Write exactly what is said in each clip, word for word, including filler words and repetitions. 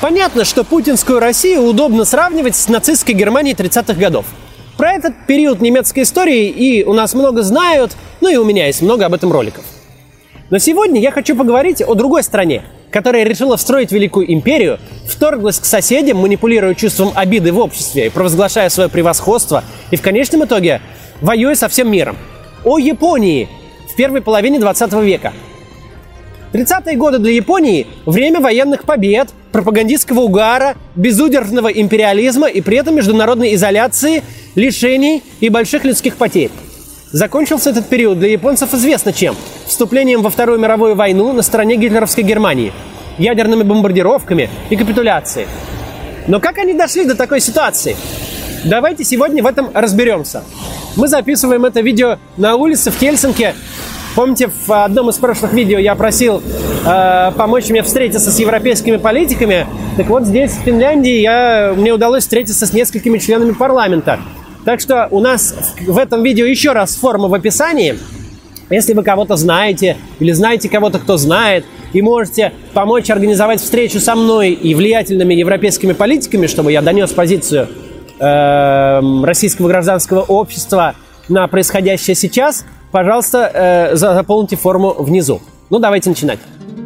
Понятно, что путинскую Россию удобно сравнивать с нацистской Германией тридцатых годов. Про этот период немецкой истории и у нас много знают, ну и у меня есть много об этом роликов. Но сегодня я хочу поговорить о другой стране, которая решила встроить великую империю, вторглась к соседям, манипулируя чувством обиды в обществе, провозглашая свое превосходство и в конечном итоге воюя со всем миром. О Японии в первой половине двадцатого века. тридцатые годы для Японии – время военных побед, пропагандистского угара, безудержного империализма и при этом международной изоляции, лишений и больших людских потерь. Закончился этот период для японцев известно чем – вступлением во Вторую мировую войну на стороне гитлеровской Германии, ядерными бомбардировками и капитуляцией. Но как они дошли до такой ситуации? Давайте сегодня в этом разберемся. Мы записываем это видео на улице в Хельсинки. Помните, в одном из прошлых видео я просил э, помочь мне встретиться с европейскими политиками. Так вот, здесь, в Финляндии, я, мне удалось встретиться с несколькими членами парламента. Так что у нас в, в этом видео еще раз форма в описании. Если вы кого-то знаете или знаете кого-то, кто знает, и можете помочь организовать встречу со мной и влиятельными европейскими политиками, чтобы я донес позицию э, российского гражданского общества на происходящее сейчас, пожалуйста, э, заполните форму внизу. Ну, давайте начинать.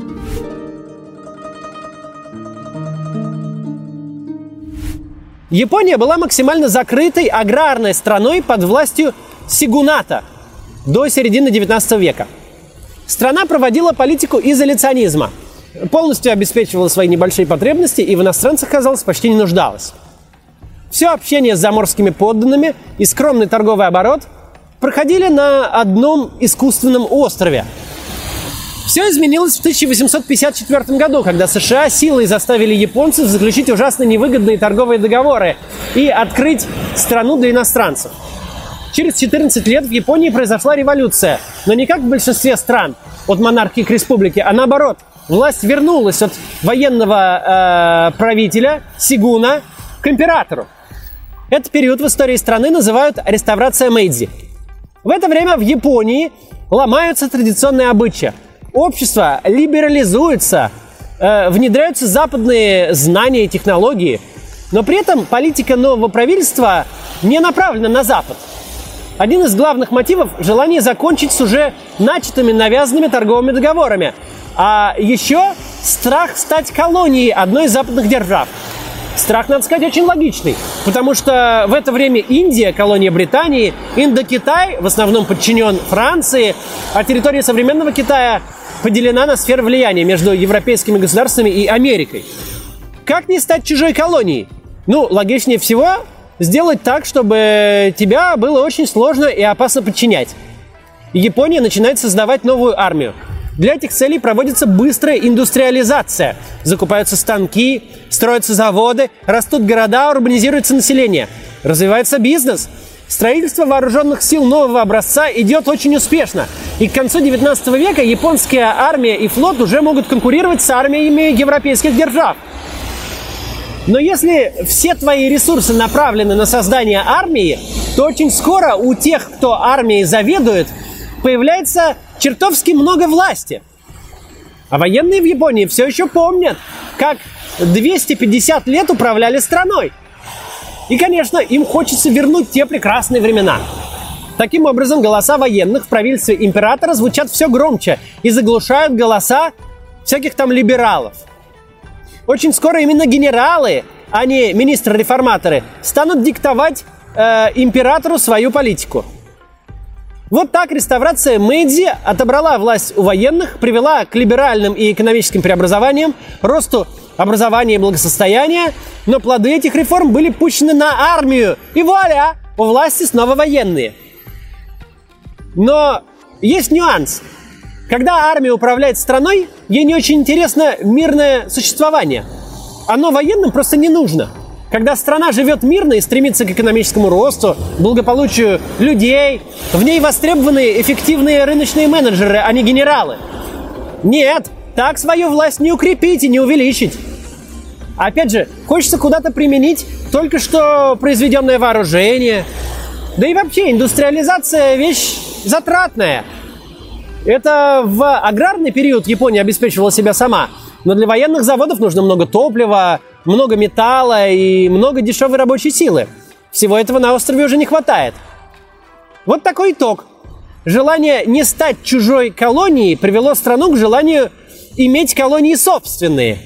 Япония была максимально закрытой аграрной страной под властью сёгуната до середины девятнадцатого века. Страна проводила политику изоляционизма, полностью обеспечивала свои небольшие потребности и в иностранцах, казалось, почти не нуждалась. Все общение с заморскими подданными и скромный торговый оборот проходили на одном искусственном острове. Все изменилось в тысяча восемьсот пятьдесят четвёртом году, когда США силой заставили японцев заключить ужасно невыгодные торговые договоры и открыть страну для иностранцев. Через четырнадцать лет в Японии произошла революция, но не как в большинстве стран от монархии к республике, а наоборот. Власть вернулась от военного э, правителя, сёгуна, к императору. Этот период в истории страны называют реставрация Мэйдзи. В это время в Японии ломаются традиционные обычаи. Общество либерализуется, э, внедряются западные знания и технологии, но при этом политика нового правительства не направлена на Запад. Один из главных мотивов – желание закончить с уже начатыми навязанными торговыми договорами, а еще страх стать колонией одной из западных держав. Страх, надо сказать, очень логичный, потому что в это время Индия, колония Британии, Индокитай в основном подчинен Франции, а территория современного Китая поделена на сферы влияния между европейскими государствами и Америкой. Как не стать чужой колонией? Ну, логичнее всего сделать так, чтобы тебя было очень сложно и опасно подчинять. И Япония начинает создавать новую армию. Для этих целей проводится быстрая индустриализация. Закупаются станки, строятся заводы, растут города, урбанизируется население. Развивается бизнес. Строительство вооруженных сил нового образца идет очень успешно. И к концу девятнадцатого века японская армия и флот уже могут конкурировать с армиями европейских держав. Но если все твои ресурсы направлены на создание армии, то очень скоро у тех, кто армией заведует, появляется чертовски много власти. А военные в Японии все еще помнят, как двести пятьдесят лет управляли страной. И, конечно, им хочется вернуть те прекрасные времена. Таким образом, голоса военных в правительстве императора звучат все громче и заглушают голоса всяких там либералов. Очень скоро именно генералы, а не министры-реформаторы, станут диктовать э, императору свою политику. Вот так реставрация Мэйдзи отобрала власть у военных, привела к либеральным и экономическим преобразованиям, росту образования и благосостояния, но плоды этих реформ были пущены на армию, и вуаля, у власти снова военные. Но есть нюанс. Когда армия управляет страной, ей не очень интересно мирное существование. Оно военным просто не нужно. Когда страна живет мирно и стремится к экономическому росту, благополучию людей, в ней востребованы эффективные рыночные менеджеры, а не генералы. Нет, так свою власть не укрепить и не увеличить. Опять же, хочется куда-то применить только что произведенное вооружение. Да и вообще, индустриализация – вещь затратная. Это в аграрный период Япония обеспечивала себя сама. Но для военных заводов нужно много топлива, много металла и много дешевой рабочей силы. Всего этого на острове уже не хватает. Вот такой итог. Желание не стать чужой колонией привело страну к желанию иметь колонии собственные.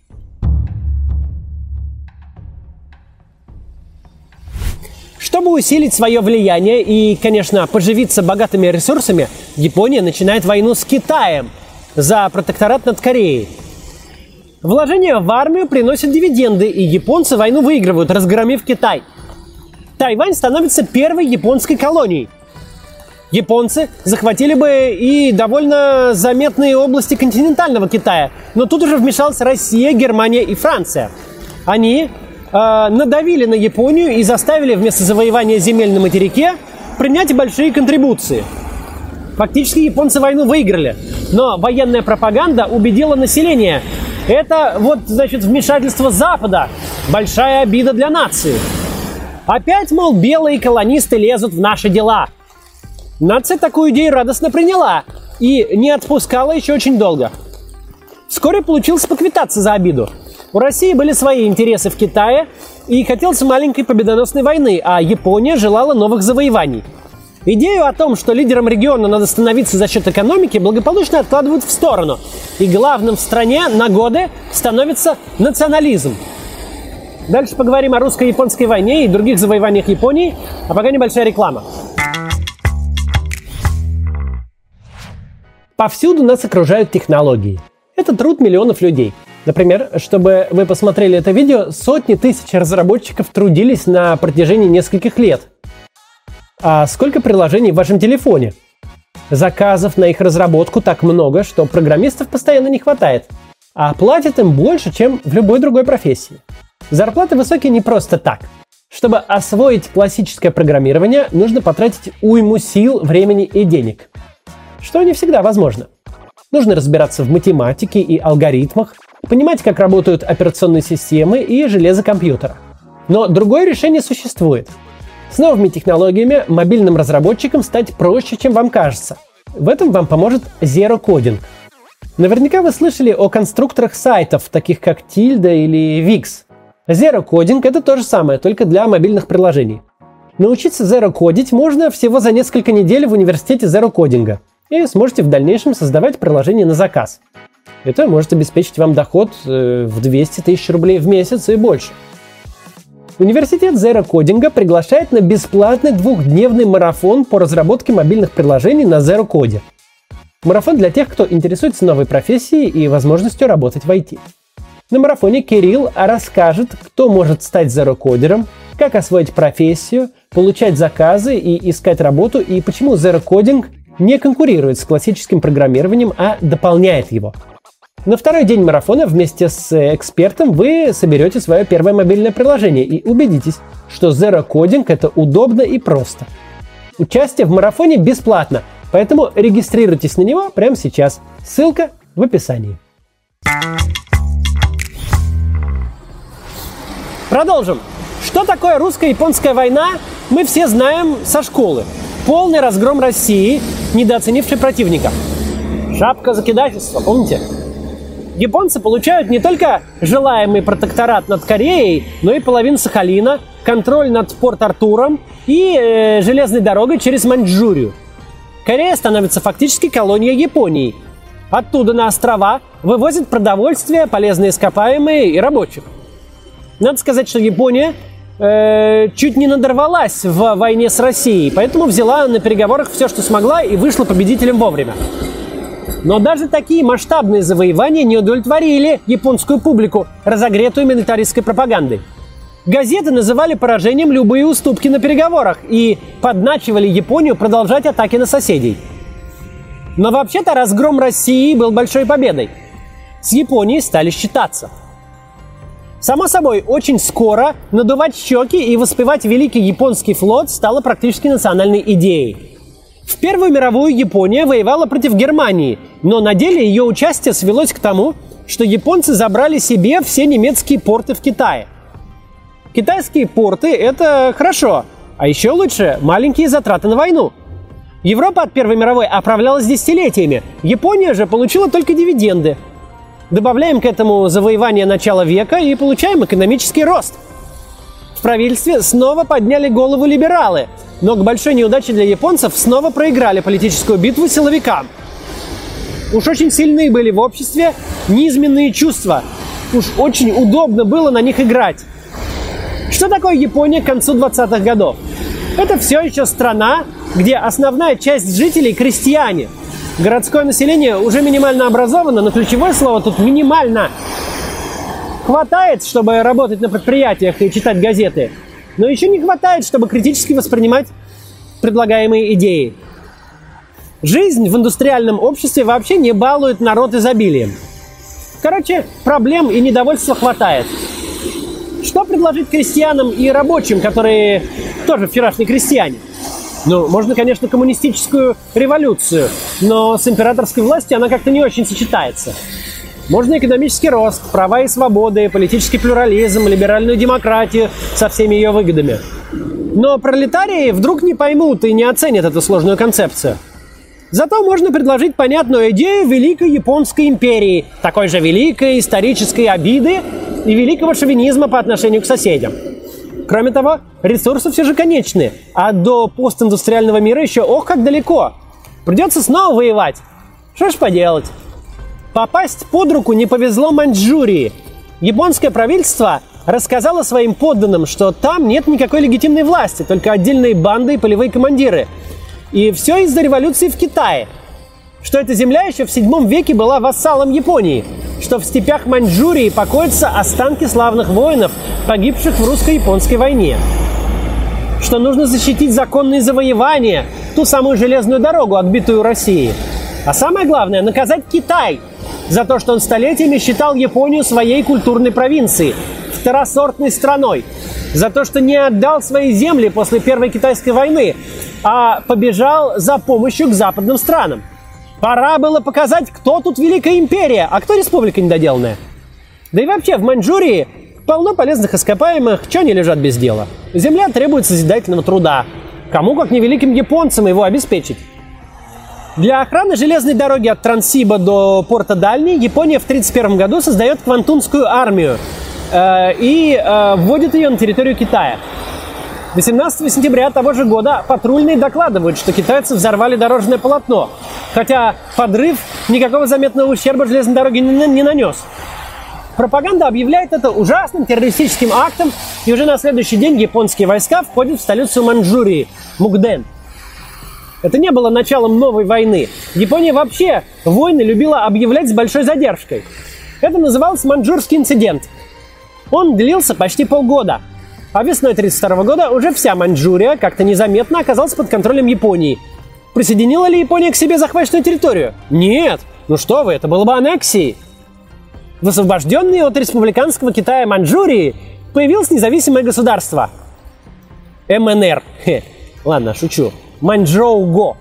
Чтобы усилить свое влияние и, конечно, поживиться богатыми ресурсами, Япония начинает войну с Китаем за протекторат над Кореей. Вложения в армию приносят дивиденды, и японцы войну выигрывают, разгромив Китай. Тайвань становится первой японской колонией. Японцы захватили бы и довольно заметные области континентального Китая, но тут уже вмешалась Россия, Германия и Франция. Они надавили на Японию и заставили вместо завоевания земель на материке принять большие контрибуции. Фактически японцы войну выиграли, но военная пропаганда убедила население. Это вот, значит, вмешательство Запада. Большая обида для нации. Опять, мол, белые колонисты лезут в наши дела. Нация такую идею радостно приняла и не отпускала еще очень долго. Вскоре получилось поквитаться за обиду. У России были свои интересы в Китае, и хотелось маленькой победоносной войны, а Япония желала новых завоеваний. Идею о том, что лидерам региона надо становиться за счет экономики, благополучно откладывают в сторону. И главным в стране на годы становится национализм. Дальше поговорим о русско-японской войне и других завоеваниях Японии, а пока небольшая реклама. Повсюду нас окружают технологии. Это труд миллионов людей. Например, чтобы вы посмотрели это видео, сотни тысяч разработчиков трудились на протяжении нескольких лет. А сколько приложений в вашем телефоне? Заказов на их разработку так много, что программистов постоянно не хватает. А платят им больше, чем в любой другой профессии. Зарплаты высокие не просто так. Чтобы освоить классическое программирование, нужно потратить уйму сил, времени и денег. Что не всегда возможно. Нужно разбираться в математике и алгоритмах, понимать, как работают операционные системы и железо компьютера. Но другое решение существует. С новыми технологиями мобильным разработчикам стать проще, чем вам кажется. В этом вам поможет Zero Coding. Наверняка вы слышали о конструкторах сайтов, таких как Tilda или Wix. Zero Coding — это то же самое, только для мобильных приложений. Научиться Zero Codить можно всего за несколько недель в университете Zero Coding, и сможете в дальнейшем создавать приложения на заказ. Это может обеспечить вам доход в двести тысяч рублей в месяц и больше. Университет Zero Coding приглашает на бесплатный двухдневный марафон по разработке мобильных приложений на Zero Code. Марафон для тех, кто интересуется новой профессией и возможностью работать в ай ти. На марафоне Кирилл расскажет, кто может стать Zero-кодером, как освоить профессию, получать заказы и искать работу, и почему Zero Coding не конкурирует с классическим программированием, а дополняет его. На второй день марафона вместе с экспертом вы соберете свое первое мобильное приложение и убедитесь, что Zero Coding — это удобно и просто. Участие в марафоне бесплатно, поэтому регистрируйтесь на него прямо сейчас. Ссылка в описании. Продолжим. Что такое русско-японская война, мы все знаем со школы. Полный разгром России, недооценивший противника. Шапка закидательства, помните? Японцы получают не только желаемый протекторат над Кореей, но и половину Сахалина, контроль над Порт-Артуром и э, железной дорогой через Маньчжурию. Корея становится фактически колонией Японии. Оттуда на острова вывозят продовольствие, полезные ископаемые и рабочих. Надо сказать, что Япония э, чуть не надорвалась в войне с Россией, поэтому взяла на переговорах все, что смогла, и вышла победителем вовремя. Но даже такие масштабные завоевания не удовлетворили японскую публику, разогретую милитаристской пропагандой. Газеты называли поражением любые уступки на переговорах и подначивали Японию продолжать атаки на соседей. Но вообще-то разгром России был большой победой. С Японией стали считаться. Само собой, очень скоро надувать щеки и воспевать великий японский флот стало практически национальной идеей. В Первую мировую Япония воевала против Германии, но на деле ее участие свелось к тому, что японцы забрали себе все немецкие порты в Китае. Китайские порты – это хорошо, а еще лучше – маленькие затраты на войну. Европа от Первой мировой оправлялась десятилетиями, Япония же получила только дивиденды. Добавляем к этому завоевание начала века и получаем экономический рост. В правительстве снова подняли голову либералы, но к большой неудаче для японцев снова проиграли политическую битву силовикам. Уж очень сильные были в обществе низменные чувства. Уж очень удобно было на них играть. Что такое Япония к концу двадцатых годов? Это все еще страна, где основная часть жителей – крестьяне. Городское население уже минимально образовано, но ключевое слово тут «минимально». Хватает, чтобы работать на предприятиях и читать газеты, но еще не хватает, чтобы критически воспринимать предлагаемые идеи. Жизнь в индустриальном обществе вообще не балует народ изобилием. Короче, проблем и недовольства хватает. Что предложить крестьянам и рабочим, которые тоже вчерашние крестьяне? Ну, можно, конечно, коммунистическую революцию, но с императорской властью она как-то не очень сочетается. Можно экономический рост, права и свободы, политический плюрализм, либеральную демократию со всеми ее выгодами. Но пролетарии вдруг не поймут и не оценят эту сложную концепцию. Зато можно предложить понятную идею Великой Японской империи, такой же великой исторической обиды и великого шовинизма по отношению к соседям. Кроме того, ресурсы все же конечны, а до постиндустриального мира еще ох как далеко. Придется снова воевать. Что ж поделать? Попасть под руку не повезло Маньчжурии. Японское правительство рассказало своим подданным, что там нет никакой легитимной власти, только отдельные банды и полевые командиры. И все из-за революции в Китае. Что эта земля еще в седьмом веке была вассалом Японии. Что в степях Маньчжурии покоятся останки славных воинов, погибших в русско-японской войне. Что нужно защитить законные завоевания, ту самую железную дорогу, отбитую Россией. А самое главное, наказать Китай за то, что он столетиями считал Японию своей культурной провинцией, второсортной страной. За то, что не отдал свои земли после Первой Китайской войны, а побежал за помощью к западным странам. Пора было показать, кто тут Великая империя, а кто республика недоделанная. Да и вообще, в Маньчжурии полно полезных ископаемых, что они лежат без дела. Земля требует созидательного труда. Кому, как не великим японцам, его обеспечить? Для охраны железной дороги от Транссиба до порта Дальний Япония в тысяча девятьсот тридцать первом году создает Квантунскую армию э, и э, вводит ее на территорию Китая. восемнадцатого сентября того же года патрульные докладывают, что китайцы взорвали дорожное полотно, хотя подрыв никакого заметного ущерба железной дороге не, не нанес. Пропаганда объявляет это ужасным террористическим актом, и уже на следующий день японские войска входят в столицу Маньчжурии – Мукден. Это не было началом новой войны. Япония вообще войны любила объявлять с большой задержкой. Это называлось Маньчжурский инцидент. Он длился почти полгода. А весной тысяча девятьсот тридцать второго года уже вся Маньчжурия как-то незаметно оказалась под контролем Японии. Присоединила ли Япония к себе захваченную территорию? Нет. Ну что вы, это было бы аннексией. В освобожденной от республиканского Китая Маньчжурии появилось независимое государство. эм эн эр. Хе. Ладно, шучу. Маньчжоу-го.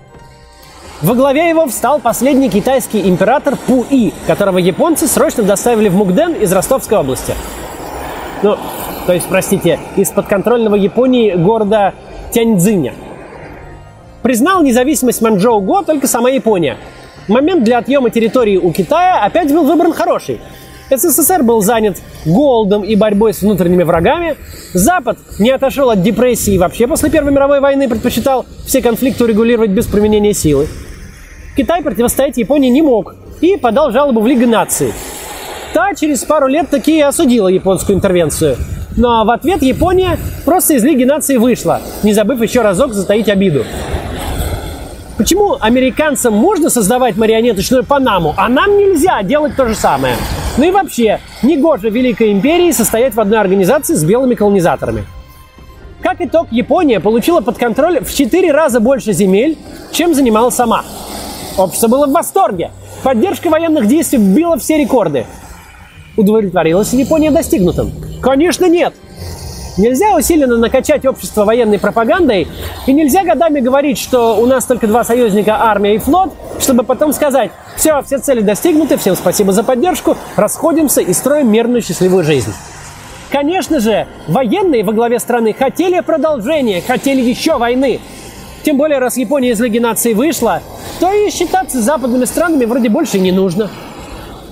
Во главе его встал последний китайский император Пу-и, которого японцы срочно доставили в Мукден из Ростовской области. Ну, то есть, простите, из подконтрольного Японии города Тяньцзиня. Признал независимость Маньчжоу-го только сама Япония. Момент для отъема территории у Китая опять был выбран хороший. эс эс эс эр был занят голодом и борьбой с внутренними врагами. Запад не отошел от депрессии и вообще после Первой мировой войны предпочитал все конфликты урегулировать без применения силы. Китай противостоять Японии не мог и подал жалобу в Лигу наций. Та через пару лет таки осудила японскую интервенцию. Но в ответ Япония просто из Лиги наций вышла, не забыв еще разок затаить обиду. Почему американцам можно создавать марионеточную Панаму, а нам нельзя делать то же самое? Ну и вообще, негоже Великой империи состоять в одной организации с белыми колонизаторами. Как итог, Япония получила под контроль в четыре раза больше земель, чем занимала сама. Общество было в восторге. Поддержка военных действий била все рекорды. Удовлетворилась Япония достигнутым? Конечно, нет. Нельзя усиленно накачать общество военной пропагандой, и нельзя годами говорить, что у нас только два союзника, армия и флот, чтобы потом сказать: все, все цели достигнуты, всем спасибо за поддержку, расходимся и строим мирную счастливую жизнь. Конечно же, военные во главе страны хотели продолжения, хотели еще войны. Тем более, раз Япония из Лиги наций вышла, то и считаться с западными странами вроде больше не нужно.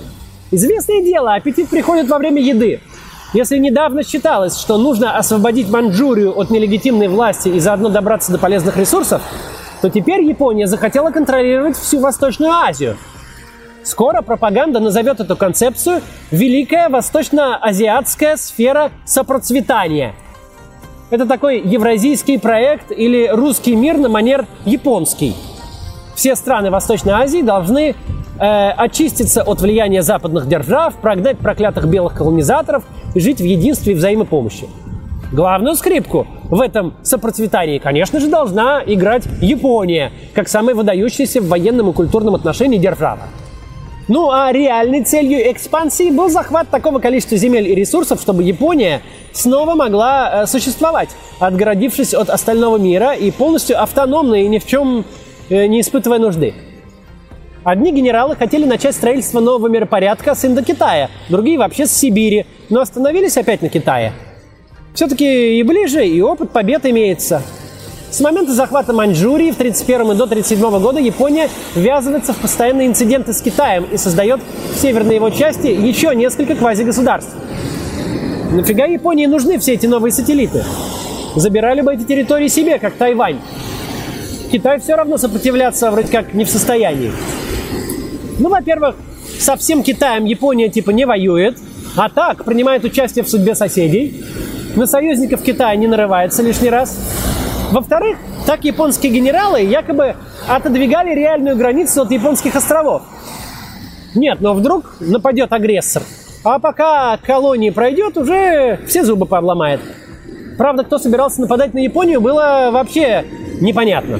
Известное дело, аппетит приходит во время еды. Если недавно считалось, что нужно освободить Маньчжурию от нелегитимной власти и заодно добраться до полезных ресурсов, то теперь Япония захотела контролировать всю Восточную Азию. Скоро пропаганда назовет эту концепцию «Великая восточно-азиатская сфера сопроцветания». Это такой евразийский проект или русский мир на манер японский. Все страны Восточной Азии должны э, очиститься от влияния западных держав, прогнать проклятых белых колонизаторов и жить в единстве и взаимопомощи. Главную скрипку в этом сопроцветании, конечно же, должна играть Япония, как самая выдающаяся в военном и культурном отношении держава. Ну а реальной целью экспансии был захват такого количества земель и ресурсов, чтобы Япония снова могла э, существовать, отгородившись от остального мира и полностью автономно и ни в чем э, не испытывая нужды. Одни генералы хотели начать строительство нового миропорядка с Индокитая, другие вообще с Сибири, но остановились опять на Китае. Все-таки и ближе, и опыт побед имеется. С момента захвата Маньчжурии в тридцать первом и до тридцать седьмого года Япония ввязывается в постоянные инциденты с Китаем и создает в северной его части еще несколько квазигосударств. Нафига Японии нужны все эти новые сателлиты? Забирали бы эти территории себе, как Тайвань. Китай все равно сопротивляться вроде как не в состоянии. Ну, во-первых, со всем Китаем Япония типа не воюет, а так принимает участие в судьбе соседей. На союзников Китая не нарывается лишний раз. Во-вторых, так японские генералы якобы отодвигали реальную границу от японских островов. Нет, но вдруг нападет агрессор, а пока колонии пройдет, уже все зубы пообломает. Правда, кто собирался нападать на Японию, было вообще непонятно.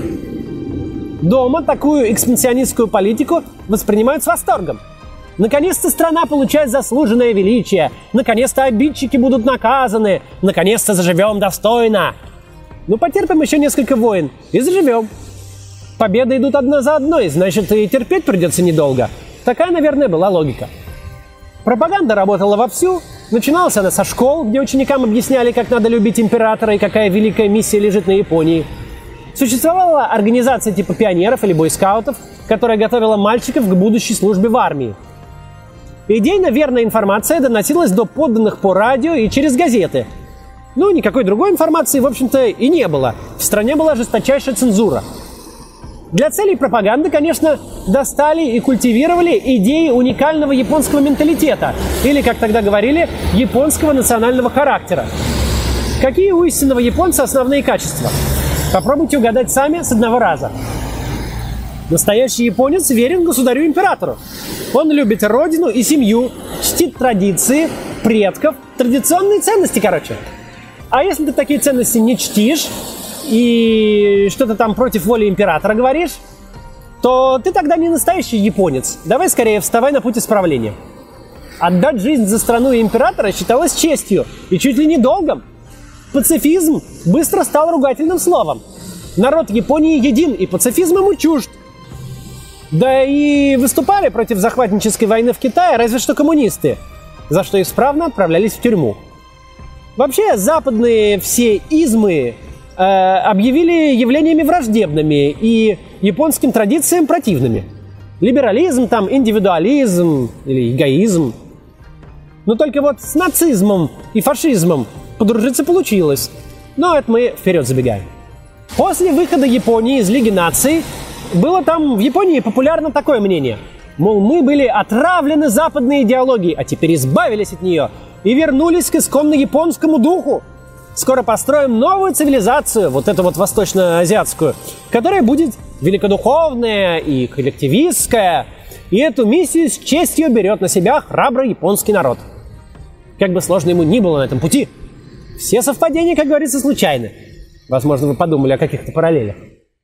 Дома такую экспансионистскую политику воспринимают с восторгом. Наконец-то страна получает заслуженное величие, наконец-то обидчики будут наказаны, наконец-то заживем достойно. Ну, потерпим еще несколько войн и заживем. Победы идут одна за одной, значит, и терпеть придется недолго. Такая, наверное, была логика. Пропаганда работала вовсю. Начиналась она со школ, где ученикам объясняли, как надо любить императора и какая великая миссия лежит на Японии. Существовала организация типа пионеров или бойскаутов, которая готовила мальчиков к будущей службе в армии. Идейно верная информация доносилась до подданных по радио и через газеты. Ну, никакой другой информации, в общем-то, и не было. В стране была жесточайшая цензура. Для целей пропаганды, конечно, достали и культивировали идеи уникального японского менталитета, или, как тогда говорили, японского национального характера. Какие у истинного японца основные качества? Попробуйте угадать сами с одного раза. Настоящий японец верен государю-императору. Он любит родину и семью, чтит традиции, предков, традиционные ценности, короче. А если ты такие ценности не чтишь и что-то там против воли императора говоришь, то ты тогда не настоящий японец. Давай скорее вставай на путь исправления. Отдать жизнь за страну и императора считалось честью и чуть ли не долгом. Пацифизм быстро стал ругательным словом. Народ Японии един, и пацифизм ему чужд. Да и выступали против захватнической войны в Китае разве что коммунисты, за что исправно отправлялись в тюрьму. Вообще, западные все измы э, объявили явлениями враждебными и японским традициям противными. Либерализм, там, индивидуализм или эгоизм. Но только вот с нацизмом и фашизмом подружиться получилось. Но это мы вперед забегаем. После выхода Японии из Лиги наций было там в Японии популярно такое мнение. Мол, мы были отравлены западной идеологией, а теперь избавились от нее и вернулись к исконно японскому духу. Скоро построим новую цивилизацию, вот эту вот восточно-азиатскую, которая будет великодуховная и коллективистская. И эту миссию с честью берет на себя храбрый японский народ. Как бы сложно ему ни было на этом пути, все совпадения, как говорится, случайны. Возможно, вы подумали о каких-то параллелях.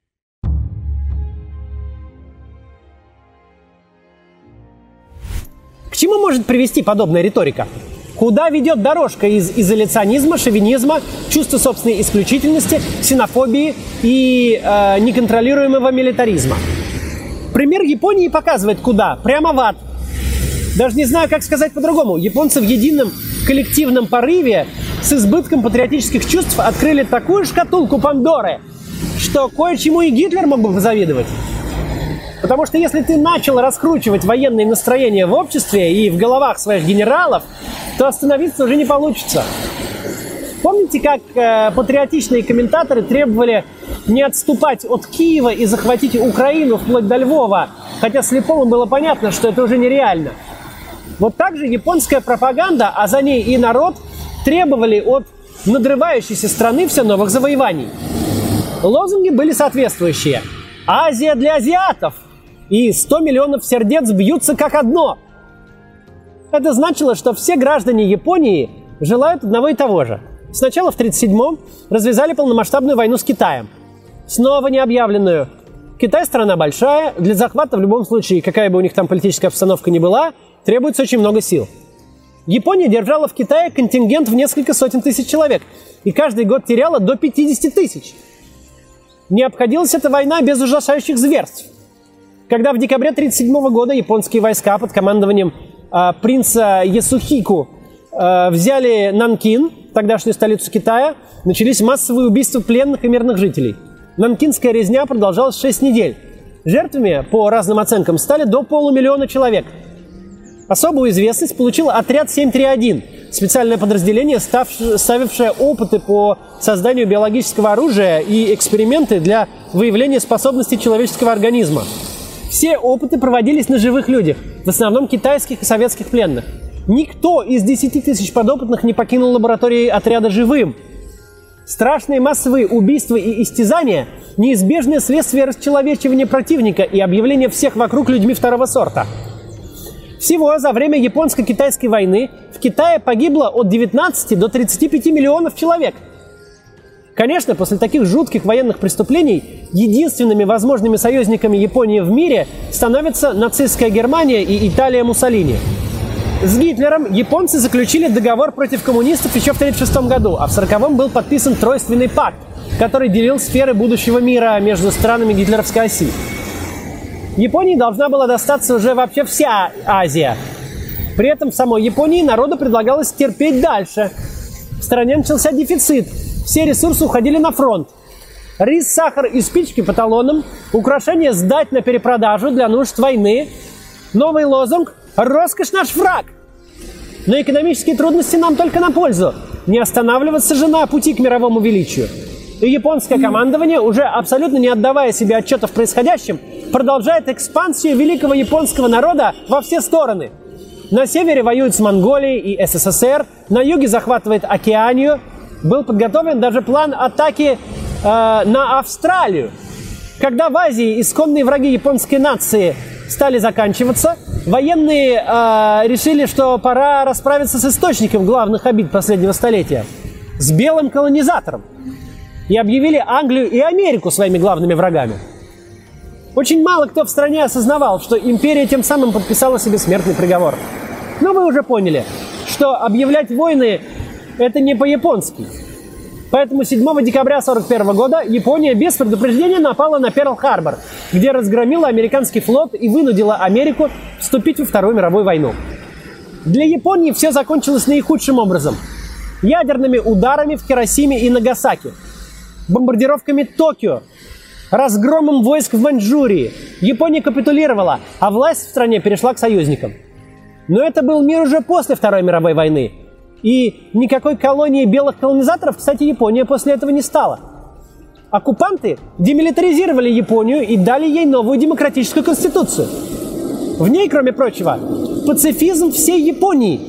К чему может привести подобная риторика? Куда ведет дорожка из изоляционизма, шовинизма, чувства собственной исключительности, ксенофобии и э, неконтролируемого милитаризма? Пример Японии показывает, куда. Прямо в ад. Даже не знаю, как сказать по-другому. Японцы в едином коллективном порыве с избытком патриотических чувств открыли такую шкатулку Пандоры, что кое-чему и Гитлер мог бы позавидовать. Потому что если ты начал раскручивать военные настроения в обществе и в головах своих генералов, то остановиться уже не получится. Помните, как э, патриотичные комментаторы требовали не отступать от Киева и захватить Украину вплоть до Львова, хотя слепому было понятно, что это уже нереально. Вот так же японская пропаганда, а за ней и народ, требовали от надрывающейся страны все новых завоеваний. Лозунги были соответствующие. «Азия для азиатов!» и сто миллионов сердец бьются как одно. Это значило, что все граждане Японии желают одного и того же. Сначала в тридцать седьмом развязали полномасштабную войну с Китаем. Снова не объявленную. Китай страна большая, для захвата в любом случае, какая бы у них там политическая обстановка ни была, требуется очень много сил. Япония держала в Китае контингент в несколько сотен тысяч человек, и каждый год теряла до пятидесяти тысяч. Не обходилась эта война без ужасающих зверств. Когда в декабре тридцать седьмого года японские войска под командованием э, принца Ясухико э, взяли Нанкин, тогдашнюю столицу Китая, начались массовые убийства пленных и мирных жителей. Нанкинская резня продолжалась шесть недель. Жертвами, по разным оценкам, стали до полумиллиона человек. Особую известность получил отряд семь три один, специальное подразделение, ставившее опыты по созданию биологического оружия и эксперименты для выявления способностей человеческого организма. Все опыты проводились на живых людях, в основном китайских и советских пленных. Никто из десяти тысяч подопытных не покинул лаборатории отряда живым. Страшные массовые убийства и истязания – неизбежное следствие расчеловечивания противника и объявления всех вокруг людьми второго сорта. Всего за время японско-китайской войны в Китае погибло от девятнадцати до тридцати пяти миллионов человек. Конечно, после таких жутких военных преступлений единственными возможными союзниками Японии в мире становятся нацистская Германия и Италия Муссолини. С Гитлером японцы заключили договор против коммунистов еще в тридцать шестом году, а в сороковом был подписан Тройственный пакт, который делил сферы будущего мира между странами гитлеровской оси. Японии должна была достаться уже вообще вся Азия. При этом в самой Японии народу предлагалось терпеть дальше. В стране начался дефицит. Все ресурсы уходили на фронт. Рис, сахар и спички по талонам, украшения сдать на перепродажу для нужд войны. Новый лозунг «Роскошь наш враг». Но экономические трудности нам только на пользу. Не останавливаться же на пути к мировому величию. И японское командование, уже абсолютно не отдавая себе отчета в происходящем, продолжает экспансию великого японского народа во все стороны. На севере воюет с Монголией и СССР, на юге захватывает Океанию. Был подготовлен даже план атаки э, на Австралию. Когда в Азии исконные враги японской нации стали заканчиваться, военные э, решили, что пора расправиться с источником главных обид последнего столетия – с белым колонизатором. И объявили Англию и Америку своими главными врагами. Очень мало кто в стране осознавал, что империя тем самым подписала себе смертный приговор. Но вы уже поняли, что объявлять войны – это не по-японски. Поэтому седьмого декабря тысяча девятьсот сорок первого года Япония без предупреждения напала на Перл-Харбор, где разгромила американский флот и вынудила Америку вступить во Вторую мировую войну. Для Японии все закончилось наихудшим образом. Ядерными ударами в Хиросиме и Нагасаки, бомбардировками Токио, разгромом войск в Маньчжурии. Япония капитулировала, а власть в стране перешла к союзникам. Но это был мир уже после Второй мировой войны. И никакой колонии белых колонизаторов, кстати, Япония после этого не стала. Оккупанты демилитаризировали Японию и дали ей новую демократическую конституцию. В ней, кроме прочего, пацифизм всей Японии.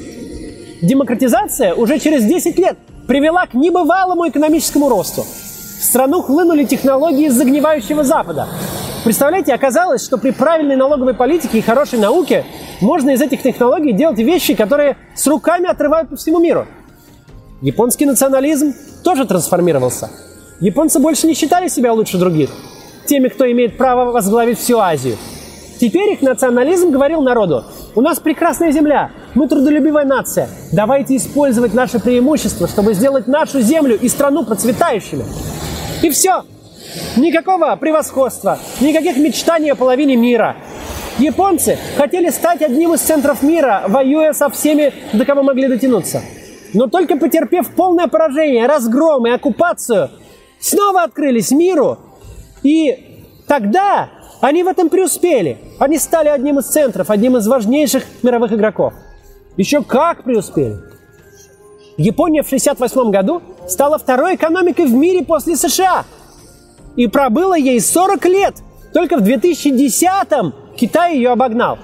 Демократизация уже через десять лет привела к небывалому экономическому росту. В страну хлынули технологии из загнивающего Запада. Представляете, оказалось, что при правильной налоговой политике и хорошей науке можно из этих технологий делать вещи, которые с руками отрывают по всему миру. Японский национализм тоже трансформировался. Японцы больше не считали себя лучше других, теми, кто имеет право возглавить всю Азию. Теперь их национализм говорил народу: у нас прекрасная земля, мы трудолюбивая нация, давайте использовать наше преимущество, чтобы сделать нашу землю и страну процветающими. И все. Никакого превосходства, никаких мечтаний о половине мира. Японцы хотели стать одним из центров мира, воюя со всеми, до кого могли дотянуться. Но только потерпев полное поражение, разгром и оккупацию, снова открылись миру. И тогда Они в этом преуспели. Они стали одним из центров, одним из важнейших мировых игроков. Еще как преуспели. Япония в шестьдесят восьмом году стала второй экономикой в мире после США. И пробыла ей сорок лет. Только в две тысячи десятом Китай ее обогнал.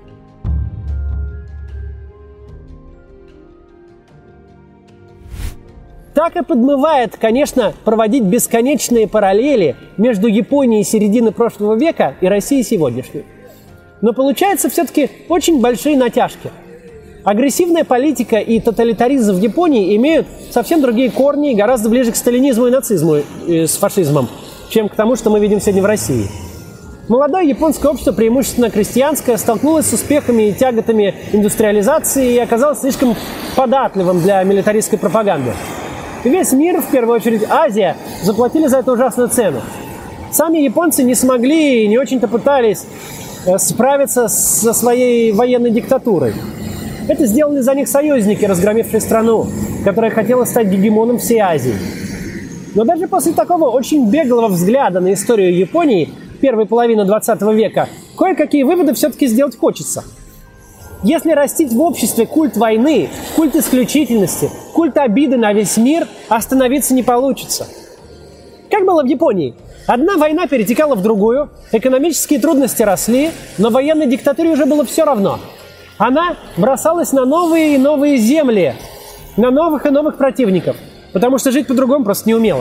Так и подмывает, конечно, проводить бесконечные параллели между Японией середины прошлого века и Россией сегодняшней. Но получается все-таки очень большие натяжки. Агрессивная политика и тоталитаризм в Японии имеют совсем другие корни и гораздо ближе к сталинизму и нацизму и с фашизмом, чем к тому, что мы видим сегодня в России. Молодое японское общество, преимущественно крестьянское, столкнулось с успехами и тяготами индустриализации и оказалось слишком податливым для милитаристской пропаганды. И весь мир, в первую очередь Азия, заплатили за это ужасную цену. Сами японцы не смогли и не очень-то пытались справиться со своей военной диктатурой. Это сделали за них союзники, разгромившие страну, которая хотела стать гегемоном всей Азии. Но даже после такого очень беглого взгляда на историю Японии первой половины двадцатого века кое-какие выводы все-таки сделать хочется. Если растить в обществе культ войны, культ исключительности, культ обиды на весь мир, остановиться не получится. Как было в Японии? Одна война перетекала в другую, экономические трудности росли, но военной диктатуре уже было все равно. Она бросалась на новые и новые земли, на новых и новых противников, потому что жить по-другому просто не умела.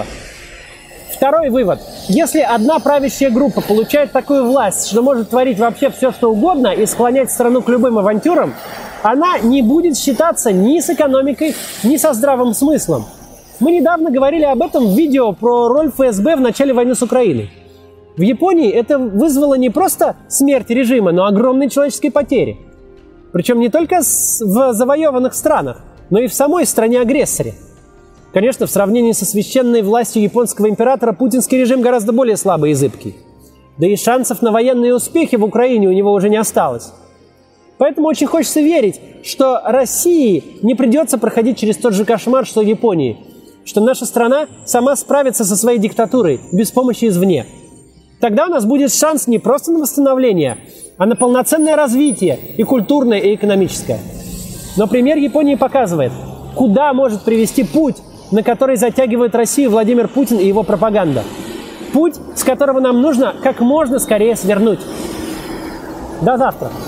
Второй вывод. Если одна правящая группа получает такую власть, что может творить вообще все, что угодно и склонять страну к любым авантюрам, она не будет считаться ни с экономикой, ни со здравым смыслом. Мы недавно говорили об этом в видео про роль эф эс бэ в начале войны с Украиной. В Японии это вызвало не просто смерть режима, но огромные человеческие потери. Причем не только в завоеванных странах, но и в самой стране-агрессоре. Конечно, в сравнении со священной властью японского императора путинский режим гораздо более слабый и зыбкий. Да и шансов на военные успехи в Украине у него уже не осталось. Поэтому очень хочется верить, что России не придется проходить через тот же кошмар, что в Японии. Что наша страна сама справится со своей диктатурой без помощи извне. Тогда у нас будет шанс не просто на восстановление, а на полноценное развитие и культурное, и экономическое. Но пример Японии показывает, куда может привести путь, на который затягивает Россию Владимир Путин и его пропаганда. Путь, с которого нам нужно как можно скорее свернуть. До завтра.